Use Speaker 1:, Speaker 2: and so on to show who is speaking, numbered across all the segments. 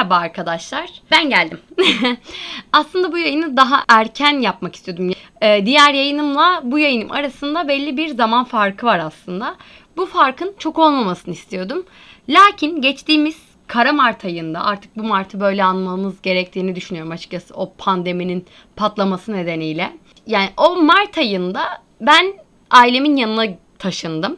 Speaker 1: Merhaba arkadaşlar, ben geldim. Aslında bu yayını daha erken yapmak istiyordum. Diğer yayınımla bu yayınım arasında belli bir zaman farkı var aslında. Bu farkın çok olmamasını istiyordum. Lakin geçtiğimiz Kara Mart ayında, artık bu Mart'ı böyle anmamız gerektiğini düşünüyorum açıkçası, o pandeminin patlaması nedeniyle. Yani o Mart ayında ben ailemin yanına taşındım.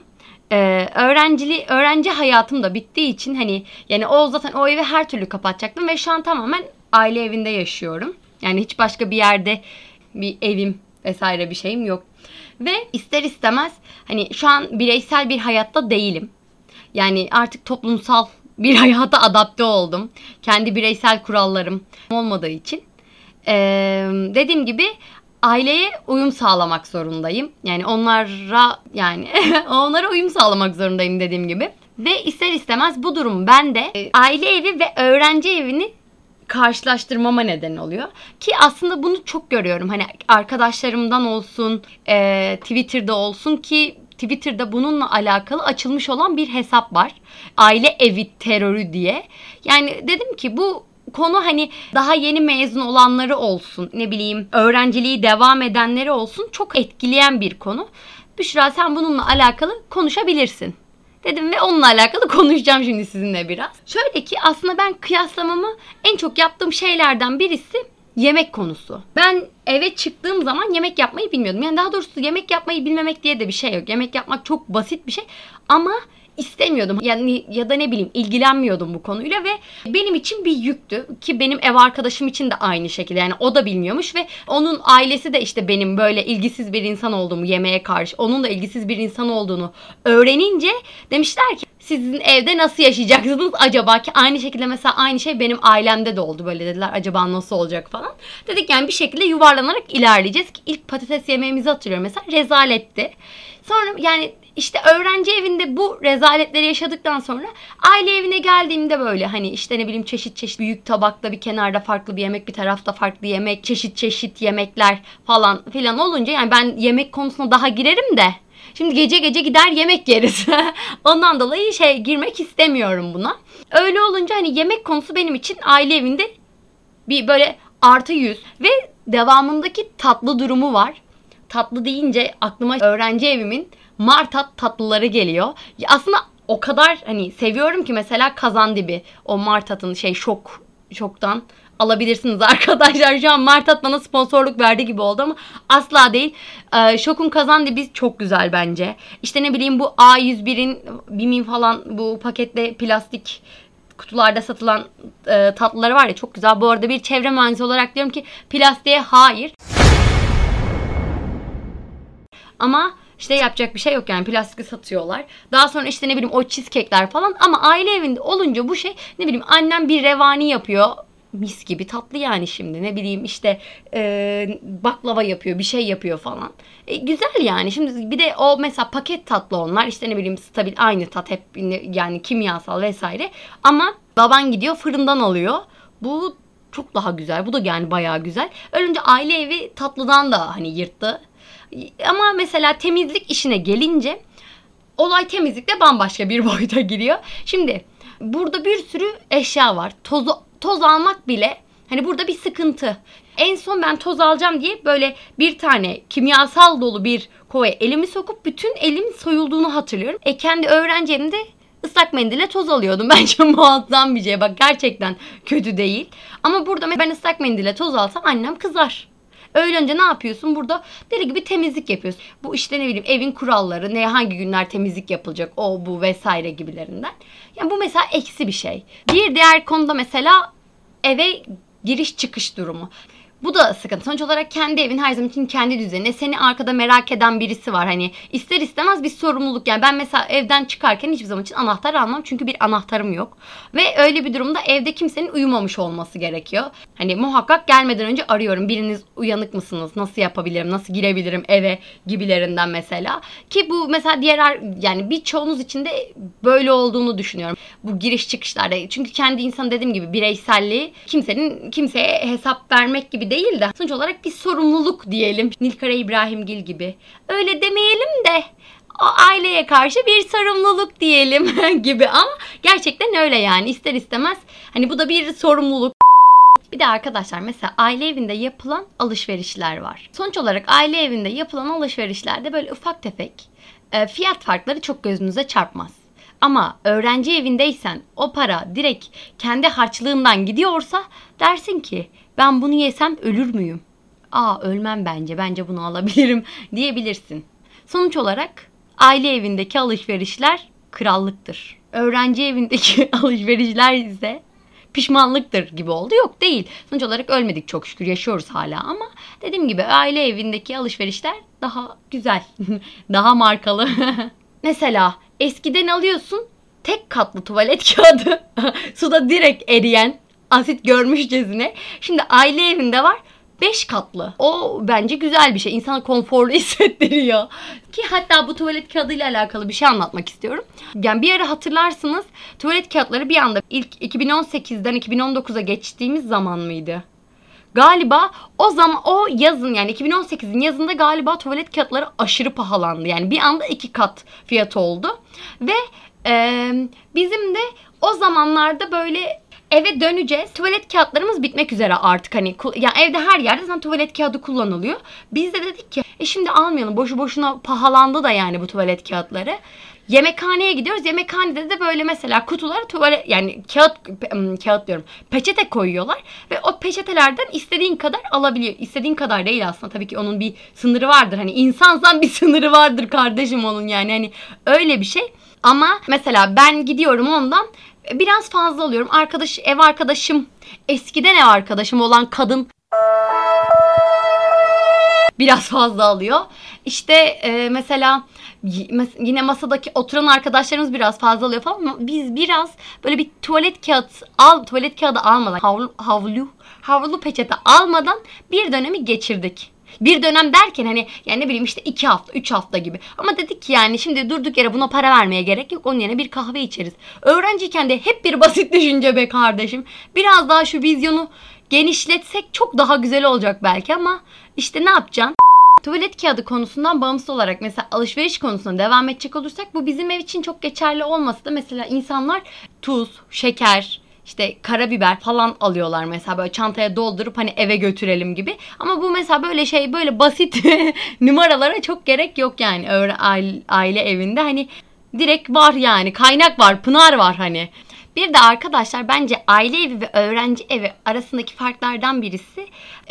Speaker 1: Öğrenci hayatım da bittiği için o zaten o evi her türlü kapatacaktım ve şu an tamamen aile evinde yaşıyorum. Yani hiç başka bir yerde bir evim vesaire bir şeyim yok. Ve ister istemez şu an bireysel bir hayatta değilim. Yani artık toplumsal bir hayata adapte oldum. Kendi bireysel kurallarım olmadığı için. Dediğim gibi aileye uyum sağlamak zorundayım. Yani onlara uyum sağlamak zorundayım dediğim gibi. Ve ister istemez bu durum bende aile evi ve öğrenci evini karşılaştırmama neden oluyor. Ki aslında bunu çok görüyorum. Arkadaşlarımdan olsun, Twitter'da olsun ki Twitter'da bununla alakalı açılmış olan bir hesap var. Aile evi terörü diye. Yani dedim ki bu konu daha yeni mezun olanları olsun, öğrenciliği devam edenleri olsun, çok etkileyen bir konu. Büşra, sen bununla alakalı konuşabilirsin dedim ve onunla alakalı konuşacağım şimdi sizinle biraz. Şöyle ki aslında ben kıyaslamamı en çok yaptığım şeylerden birisi yemek konusu. Ben eve çıktığım zaman yemek yapmayı bilmiyordum. Yani daha doğrusu yemek yapmayı bilmemek diye de bir şey yok. Yemek yapmak çok basit bir şey ama istemiyordum. Ya da ilgilenmiyordum bu konuyla ve benim için bir yüktü ki benim ev arkadaşım için de aynı şekilde. Yani o da bilmiyormuş ve onun ailesi de benim böyle ilgisiz bir insan olduğumu, yemeğe karşı onun da ilgisiz bir insan olduğunu öğrenince demişler ki sizin evde nasıl yaşayacaksınız acaba, ki aynı şekilde mesela aynı şey benim ailemde de oldu. Böyle dediler, acaba nasıl olacak falan. Dedik bir şekilde yuvarlanarak ilerleyeceğiz ki ilk patates yemeğimizi hatırlıyorum mesela, rezaletti. Sonra öğrenci evinde bu rezaletleri yaşadıktan sonra aile evine geldiğimde böyle çeşit çeşit büyük tabakta bir kenarda farklı bir yemek, bir tarafta farklı yemek, çeşit çeşit yemekler falan filan olunca ben yemek konusuna daha girerim de şimdi gece gider yemek yeriz. Ondan dolayı girmek istemiyorum buna. Öyle olunca yemek konusu benim için aile evinde bir böyle +100 ve devamındaki tatlı durumu var. Tatlı deyince aklıma öğrenci evimin martat tatlıları geliyor. Aslında o kadar seviyorum ki mesela kazandibi, o martatın şoktan alabilirsiniz arkadaşlar. Şu an martat bana sponsorluk verdi gibi oldu ama asla değil. Şok'un kazandibi çok güzel bence. Bu A101'in BİM'in falan bu pakette plastik kutularda satılan tatlıları var ya, çok güzel. Bu arada bir çevre mühendisi olarak diyorum ki plastiğe hayır. Ama yapacak bir şey yok, yani plastik satıyorlar. Daha sonra o cheesecake'ler falan, ama aile evinde olunca bu annem bir revani yapıyor. Mis gibi tatlı yani şimdi. Baklava yapıyor, bir şey yapıyor falan. Güzel yani. Şimdi bir de o mesela paket tatlı onlar. Stabil aynı tat hep, yani kimyasal vesaire. Ama baban gidiyor fırından alıyor. Bu çok daha güzel. Bu da yani bayağı güzel. Önce aile evi tatlıdan da yırttı. Ama mesela temizlik işine gelince olay temizlikte bambaşka bir boyuta giriyor. Şimdi burada bir sürü eşya var. Toz almak bile burada bir sıkıntı. En son ben toz alacağım diye böyle bir tane kimyasal dolu bir kovaya elimi sokup bütün elimin soyulduğunu hatırlıyorum. Kendi öğrenci evimde ıslak mendille toz alıyordum. Bence muazzam bir şey. Bak, gerçekten kötü değil. Ama burada ben ıslak mendille toz alsam annem kızar. Öyle önce ne yapıyorsun? Burada deli gibi temizlik yapıyorsun. Bu evin kuralları, hangi günler temizlik yapılacak, o bu vesaire gibilerinden. Yani bu mesela eksi bir şey. Bir diğer konuda mesela eve giriş çıkış durumu. Bu da sıkıntı. Sonuç olarak kendi evin her zaman için kendi düzeni. Seni arkada merak eden birisi var. İster istemez bir sorumluluk. Yani ben mesela evden çıkarken hiçbir zaman için anahtar almam. Çünkü bir anahtarım yok. Ve öyle bir durumda evde kimsenin uyumamış olması gerekiyor. Muhakkak gelmeden önce arıyorum. Biriniz uyanık mısınız? Nasıl yapabilirim? Nasıl girebilirim eve gibilerinden mesela. Ki bu mesela birçoğunuz için de böyle olduğunu düşünüyorum. Bu giriş çıkışlarda. Çünkü kendi insan, dediğim gibi, bireyselliği kimseye hesap vermek gibi değil de sonuç olarak bir sorumluluk diyelim. Nilkara İbrahimgil gibi. Öyle demeyelim de o aileye karşı bir sorumluluk diyelim gibi ama gerçekten öyle yani ister istemez hani bu da bir sorumluluk. Bir de arkadaşlar mesela aile evinde yapılan alışverişler var. Sonuç olarak aile evinde yapılan alışverişlerde böyle ufak tefek fiyat farkları çok gözünüze çarpmaz. Ama öğrenci evindeysen o para direkt kendi harçlığından gidiyorsa dersin ki ben bunu yesem ölür müyüm? Ölmem bence. Bence bunu alabilirim diyebilirsin. Sonuç olarak aile evindeki alışverişler krallıktır. Öğrenci evindeki alışverişler ise pişmanlıktır gibi oldu. Yok değil. Sonuç olarak ölmedik çok şükür. Yaşıyoruz hala ama dediğim gibi aile evindeki alışverişler daha güzel. Daha markalı. Mesela eskiden alıyorsun tek katlı tuvalet kağıdı. Suda direkt eriyen asit görmüşçesine. Şimdi aile evinde var 5 katlı. O bence güzel bir şey. İnsana konforlu hissettiriyor. Ki hatta bu tuvalet kağıdıyla alakalı bir şey anlatmak istiyorum. Yani bir ara hatırlarsınız tuvalet kağıtları bir anda ilk 2018'den 2019'a geçtiğimiz zaman mıydı? Galiba o zaman o yazın yani 2018'in yazında galiba tuvalet kağıtları aşırı pahalandı. Yani bir anda 2 kat fiyatı oldu. Ve bizim de o zamanlarda böyle eve döneceğiz. Tuvalet kağıtlarımız bitmek üzere artık hani yani evde her yerde zaten tuvalet kağıdı kullanılıyor. Biz de dedik ki şimdi almayalım. Boşu boşuna pahalandı da yani bu tuvalet kağıtları. Yemekhaneye gidiyoruz. Yemekhanede de böyle mesela kutulara tuvalet yani kağıt diyorum. Peçete koyuyorlar ve o peçetelerden istediğin kadar alabiliyor. İstediğin kadar değil aslında. Tabii ki onun bir sınırı vardır. Hani insansan bir sınırı vardır kardeşim onun yani. Hani öyle bir şey. Ama mesela ben gidiyorum ondan biraz fazla alıyorum. Ev arkadaşım, eskiden ev arkadaşım olan kadın biraz fazla alıyor. İşte mesela yine masadaki oturan arkadaşlarımız biraz fazla alıyor falan ama biz biraz böyle bir tuvalet kağıdı almadan havlu peçete almadan bir dönemi geçirdik. Bir dönem derken hani yani ne bileyim işte 2 hafta 3 hafta gibi. Ama dedik ki yani şimdi durduk yere buna para vermeye gerek yok. Onun yerine bir kahve içeriz. Öğrenciyken de hep bir basit düşünce be kardeşim. Biraz daha şu vizyonu genişletsek çok daha güzel olacak belki ama işte ne yapacaksın? Tuvalet kağıdı konusundan bağımsız olarak mesela alışveriş konusuna devam edecek olursak bu bizim ev için çok geçerli olmasa da mesela insanlar tuz, şeker, işte karabiber falan alıyorlar mesela böyle çantaya doldurup hani eve götürelim gibi. Ama bu mesela böyle basit numaralara çok gerek yok yani aile evinde hani direkt var yani kaynak var, pınar var hani. Bir de arkadaşlar bence aile evi ve öğrenci evi arasındaki farklardan birisi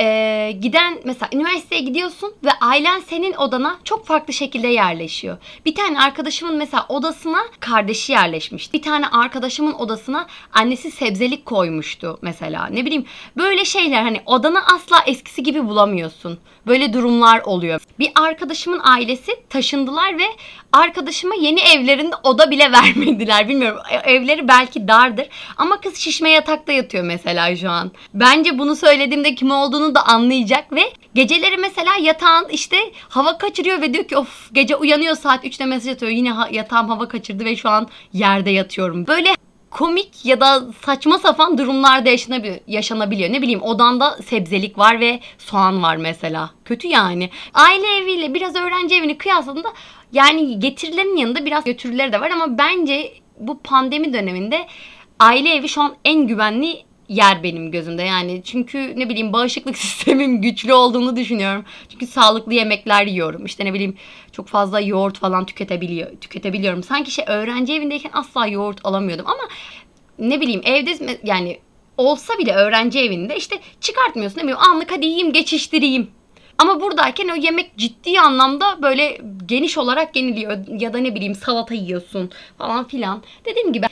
Speaker 1: giden mesela üniversiteye gidiyorsun ve ailen senin odana çok farklı şekilde yerleşiyor. Bir tane arkadaşımın mesela odasına kardeşi yerleşmişti. Bir tane arkadaşımın odasına annesi sebzelik koymuştu mesela. Ne bileyim böyle şeyler hani odanı asla eskisi gibi bulamıyorsun. Böyle durumlar oluyor. Bir arkadaşımın ailesi taşındılar ve arkadaşıma yeni evlerinde oda bile vermediler. Bilmiyorum evleri belki dardır ama kız şişme yatakta yatıyor mesela şu an. Bence bunu söylediğimde kim olduğunu da anlayacak ve geceleri mesela yatağın işte hava kaçırıyor ve diyor ki of gece uyanıyor saat 3'te mesaj atıyor. Yine yatağım hava kaçırdı ve şu an yerde yatıyorum. Böyle komik ya da saçma sapan durumlarda yaşanabiliyor. Ne bileyim odanda sebzelik var ve soğan var mesela. Kötü yani. Aile eviyle biraz öğrenci evini kıyasladığında yani getirilerin yanında biraz götürüleri de var ama bence bu pandemi döneminde aile evi şu an en güvenli yer benim gözümde yani çünkü ne bileyim bağışıklık sistemim güçlü olduğunu düşünüyorum. Çünkü sağlıklı yemekler yiyorum. İşte ne bileyim çok fazla yoğurt falan tüketebiliyorum. Sanki öğrenci evindeyken asla yoğurt alamıyordum ama ne bileyim evde yani olsa bile öğrenci evinde işte çıkartmıyorsun ne bileyim anlık hadi yiyeyim geçiştireyim. Ama buradayken o yemek ciddi anlamda böyle geniş olarak yeniliyor. Ya da ne bileyim salata yiyorsun falan filan. Dediğim gibi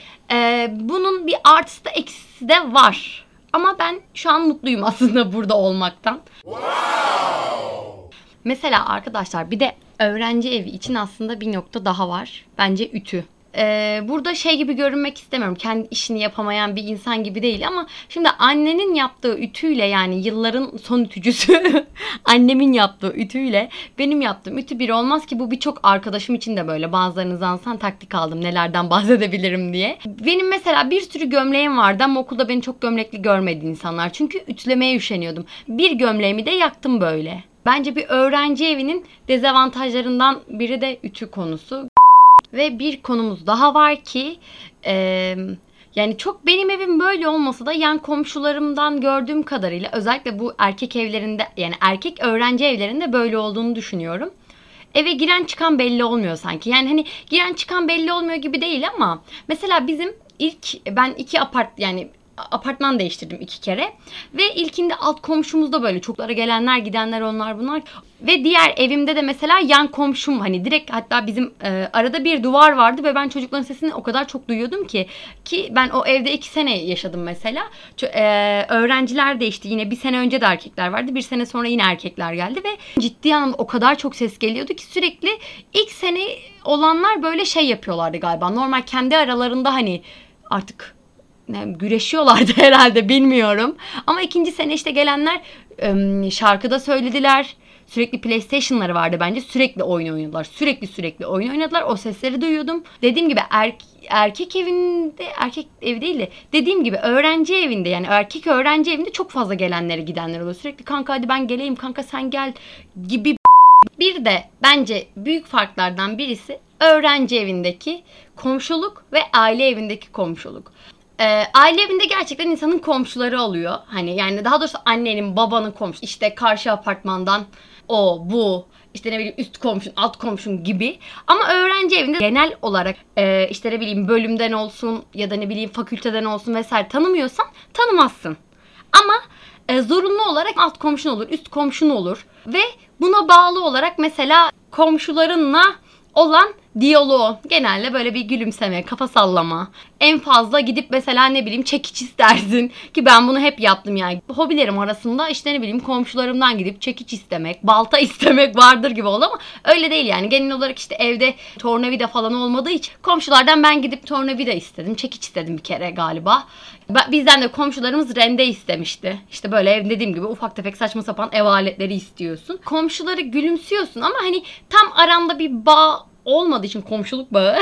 Speaker 1: bunun bir artısı da eksisi de var. Ama ben şu an mutluyum aslında burada olmaktan. Wow! Mesela arkadaşlar bir de öğrenci evi için aslında bir nokta daha var. Bence ütü. Burada gibi görünmek istemiyorum. Kendi işini yapamayan bir insan gibi değil ama şimdi annenin yaptığı ütüyle yani yılların son ütücüsü annemin yaptığı ütüyle benim yaptığım ütü bir olmaz ki bu birçok arkadaşım için de böyle. Bazılarınızdan taktik aldım nelerden bahsedebilirim diye. Benim mesela bir sürü gömleğim vardı ama okulda beni çok gömlekli görmedi insanlar. Çünkü ütülemeye üşeniyordum. Bir gömleğimi de yaktım böyle. Bence bir öğrenci evinin dezavantajlarından biri de ütü konusu. Ve bir konumuz daha var ki yani çok benim evim böyle olmasa da yan komşularımdan gördüğüm kadarıyla özellikle bu erkek evlerinde, yani erkek öğrenci evlerinde böyle olduğunu düşünüyorum. Eve giren çıkan belli olmuyor sanki. Yani hani giren çıkan belli olmuyor gibi değil ama mesela bizim ben apartman değiştirdim 2 kere. Ve ilkinde alt komşumuzda böyle çoklara gelenler gidenler onlar bunlar. Ve diğer evimde de mesela yan komşum hani direkt, hatta bizim arada bir duvar vardı ve ben çocukların sesini o kadar çok duyuyordum ki ben o evde 2 sene yaşadım mesela. Öğrenciler değişti, yine bir sene önce de erkekler vardı, bir sene sonra yine erkekler geldi ve ciddi anlamda o kadar çok ses geliyordu ki sürekli ilk sene olanlar böyle şey yapıyorlardı galiba. Normal kendi aralarında hani artık güreşiyorlardı herhalde, bilmiyorum. Ama ikinci sene işte gelenler şarkıda söylediler. Sürekli PlayStation'ları vardı bence. Sürekli oyun oynadılar. Sürekli oyun oynadılar. O sesleri duyuyordum. Dediğim gibi erkek evi değil de dediğim gibi öğrenci evinde, yani erkek öğrenci evinde çok fazla gelenleri gidenler oluyor. Sürekli kanka hadi ben geleyim, kanka sen gel gibi. Bir de bence büyük farklardan birisi öğrenci evindeki komşuluk ve aile evindeki komşuluk. Aile evinde gerçekten insanın komşuları oluyor. Hani yani daha doğrusu annenin, babanın komşusu. İşte karşı apartmandan o, bu, işte ne bileyim üst komşun, alt komşun gibi. Ama öğrenci evinde genel olarak işte ne bileyim bölümden olsun ya da ne bileyim fakülteden olsun vesaire tanımıyorsan tanımazsın. Ama zorunlu olarak alt komşun olur, üst komşun olur. Ve buna bağlı olarak mesela komşularınla olan diyaloğu genelde böyle bir gülümseme, kafa sallama. En fazla gidip mesela ne bileyim çekiç istersin ki ben bunu hep yaptım yani. Hobilerim arasında işte ne bileyim komşularımdan gidip çekiç istemek, balta istemek vardır gibi oldu ama öyle değil yani. Genel olarak işte evde tornavida falan olmadığı için komşulardan ben gidip tornavida istedim, çekiç istedim bir kere galiba. Bizden de komşularımız rende istemişti. İşte böyle ev, dediğim gibi ufak tefek saçma sapan ev aletleri istiyorsun. Komşuları gülümsüyorsun ama hani tam aranda bir bağ olmadığı için, komşuluk bağı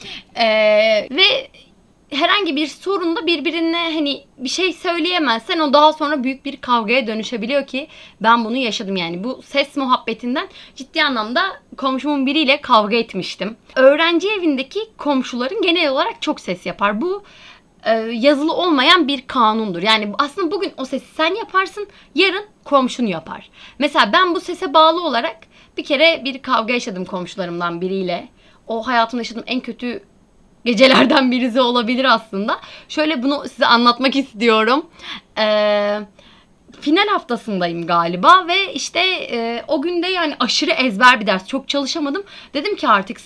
Speaker 1: ve herhangi bir sorunda birbirine hani bir şey söyleyemezsen o daha sonra büyük bir kavgaya dönüşebiliyor ki ben bunu yaşadım yani. Bu ses muhabbetinden ciddi anlamda komşumun biriyle kavga etmiştim. Öğrenci evindeki komşuların genel olarak çok ses yapar. Bu yazılı olmayan bir kanundur. Yani aslında bugün o sesi sen yaparsın, yarın komşun yapar. Mesela ben bu sese bağlı olarak bir kere bir kavga yaşadım komşularımdan biriyle. O hayatımda yaşadığım en kötü gecelerden birisi olabilir aslında. Şöyle bunu size anlatmak istiyorum. Final haftasındayım galiba ve işte o günde yani aşırı ezber bir ders. Çok çalışamadım. Dedim ki artık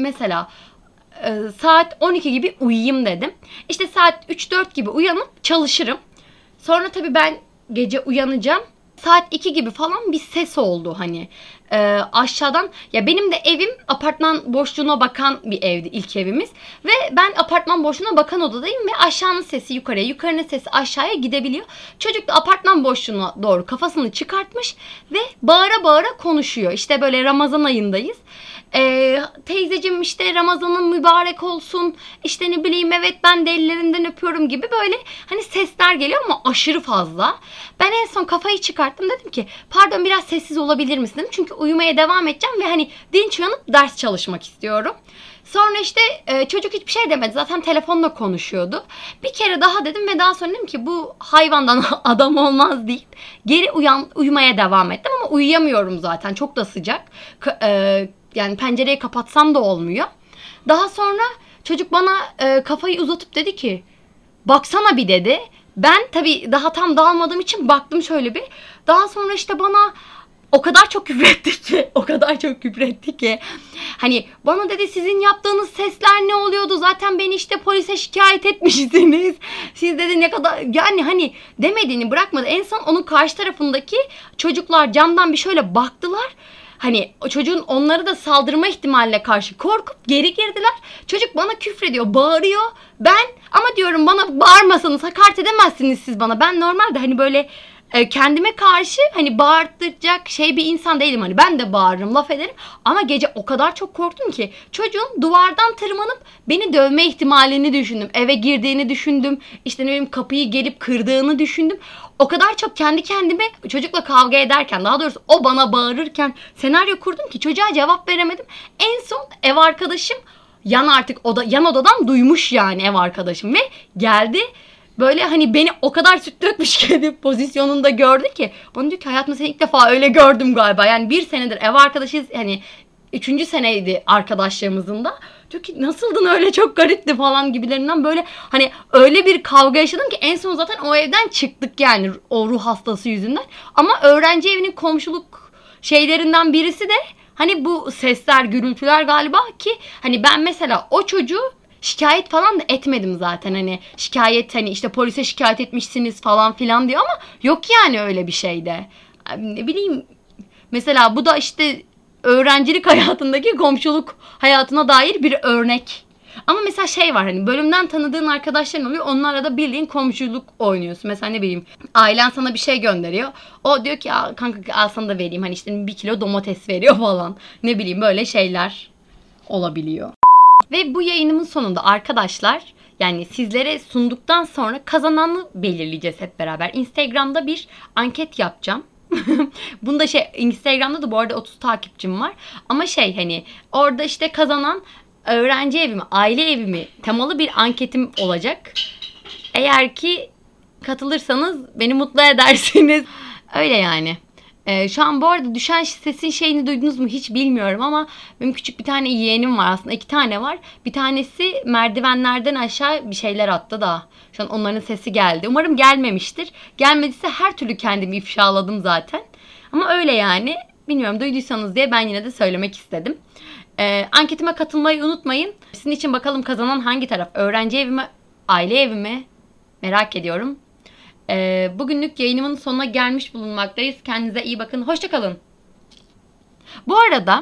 Speaker 1: saat 12 gibi uyuyayım dedim. İşte saat 3-4 gibi uyanıp çalışırım. Sonra tabii ben gece uyanacağım. Saat 2 gibi falan bir ses oldu hani aşağıdan. Ya benim de evim apartman boşluğuna bakan bir evdi, ilk evimiz. Ve ben apartman boşluğuna bakan odadayım ve aşağının sesi yukarıya, yukarının sesi aşağıya gidebiliyor. Çocuk da apartman boşluğuna doğru kafasını çıkartmış ve bağıra bağıra konuşuyor. İşte böyle Ramazan ayındayız. Teyzeciğim işte Ramazan'ın mübarek olsun, işte ne bileyim evet ben de ellerinden öpüyorum gibi böyle hani sesler geliyor ama aşırı fazla. Ben en son kafayı çıkarttım, dedim ki pardon biraz sessiz olabilir misin dedim. Çünkü uyumaya devam edeceğim ve hani dinç uyanıp ders çalışmak istiyorum. Sonra işte çocuk hiçbir şey demedi, zaten telefonla konuşuyordu. Bir kere daha dedim ve daha sonra dedim ki bu hayvandan adam olmaz deyip geri uyumaya devam ettim ama uyuyamıyorum zaten, çok da sıcak. Yani pencereyi kapatsam da olmuyor. Daha sonra çocuk bana kafayı uzatıp dedi ki baksana bir dedi. Ben tabii daha tam dalmadığım için baktım şöyle bir. Daha sonra işte bana o kadar çok küfretti ki. Hani bana dedi sizin yaptığınız sesler ne oluyordu? Zaten beni işte polise şikayet etmişsiniz. Siz dedi ne kadar, yani hani demediğini bırakmadı. En son onun karşı tarafındaki çocuklar camdan bir şöyle baktılar. Hani o çocuğun onları da saldırma ihtimaline karşı korkup geri girdiler. Çocuk bana küfrediyor, bağırıyor. Ama diyorum bana bağırmasanız hakaret edemezsiniz siz bana. Ben normalde hani böyle kendime karşı hani bağırtacak bir insan değilim. Hani ben de bağırırım, laf ederim. Ama gece o kadar çok korktum ki çocuğun duvardan tırmanıp beni dövme ihtimalini düşündüm. Eve girdiğini düşündüm. İşte ne bileyim kapıyı gelip kırdığını düşündüm. O kadar çok kendi kendime çocukla kavga ederken, daha doğrusu o bana bağırırken senaryo kurdum ki çocuğa cevap veremedim. En son ev arkadaşım yan odadan duymuş yani ev arkadaşım ve geldi. Böyle hani beni o kadar süt dökmüş kedi pozisyonunda gördü ki. Bana diyor ki hayatımda seni ilk defa öyle gördüm galiba. Yani 1 senedir ev arkadaşıyız. Hani 3. seneydi arkadaşlığımızın da. Diyor ki nasıldın öyle, çok garipti falan gibilerinden, böyle hani öyle bir kavga yaşadım ki en son zaten o evden çıktık yani o ruh hastası yüzünden. Ama öğrenci evinin komşuluk şeylerinden birisi de hani bu sesler, gürültüler galiba ki hani ben mesela o çocuğu şikayet falan da etmedim zaten, hani şikayet, hani işte polise şikayet etmişsiniz falan filan diyor ama yok yani öyle bir şey de. Ne bileyim, mesela bu da işte öğrencilik hayatındaki komşuluk hayatına dair bir örnek. Ama mesela şey var, hani bölümden tanıdığın arkadaşların oluyor. Onlarla da bildiğin komşuluk oynuyorsun. Mesela ne bileyim, ailen sana bir şey gönderiyor. O diyor ki kanka al sana da vereyim. Hani işte 1 kilo domates veriyor falan. Ne bileyim, böyle şeyler olabiliyor. Ve bu yayınımın sonunda arkadaşlar, yani sizlere sunduktan sonra kazananı belirleyeceğiz hep beraber. Instagram'da bir anket yapacağım. Bunda Instagram'da da bu arada 30 takipçim var. Ama hani orada işte kazanan öğrenci evi mi, aile evi mi temalı bir anketim olacak. Eğer ki katılırsanız beni mutlu edersiniz. Öyle yani. Şu an bu arada düşen sesin şeyini duydunuz mu hiç bilmiyorum ama benim küçük bir tane yeğenim var, aslında 2 tane var. Bir tanesi merdivenlerden aşağı bir şeyler attı da şu an onların sesi geldi. Umarım gelmemiştir. Gelmediyse her türlü kendimi ifşaladım zaten. Ama öyle yani. Bilmiyorum, duyduysanız diye ben yine de söylemek istedim. Anketime katılmayı unutmayın. Sizin için bakalım kazanan hangi taraf? Öğrenci evi mi, aile evi mi? Merak ediyorum. Bugünlük yayınımın sonuna gelmiş bulunmaktayız. Kendinize iyi bakın. Hoşça kalın. Bu arada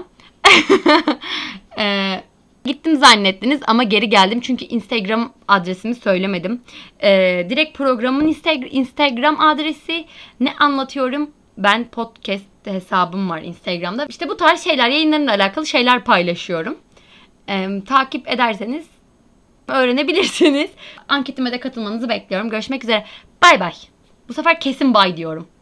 Speaker 1: gittim zannettiniz ama geri geldim. Çünkü Instagram adresimi söylemedim. Direkt programın Instagram adresi ne anlatıyorum? Ben podcast hesabım var Instagram'da. İşte bu tarz şeyler, yayınlarımla alakalı şeyler paylaşıyorum. Takip ederseniz öğrenebilirsiniz. Anketime de katılmanızı bekliyorum. Görüşmek üzere. Bay bay. Bu sefer kesin bay diyorum.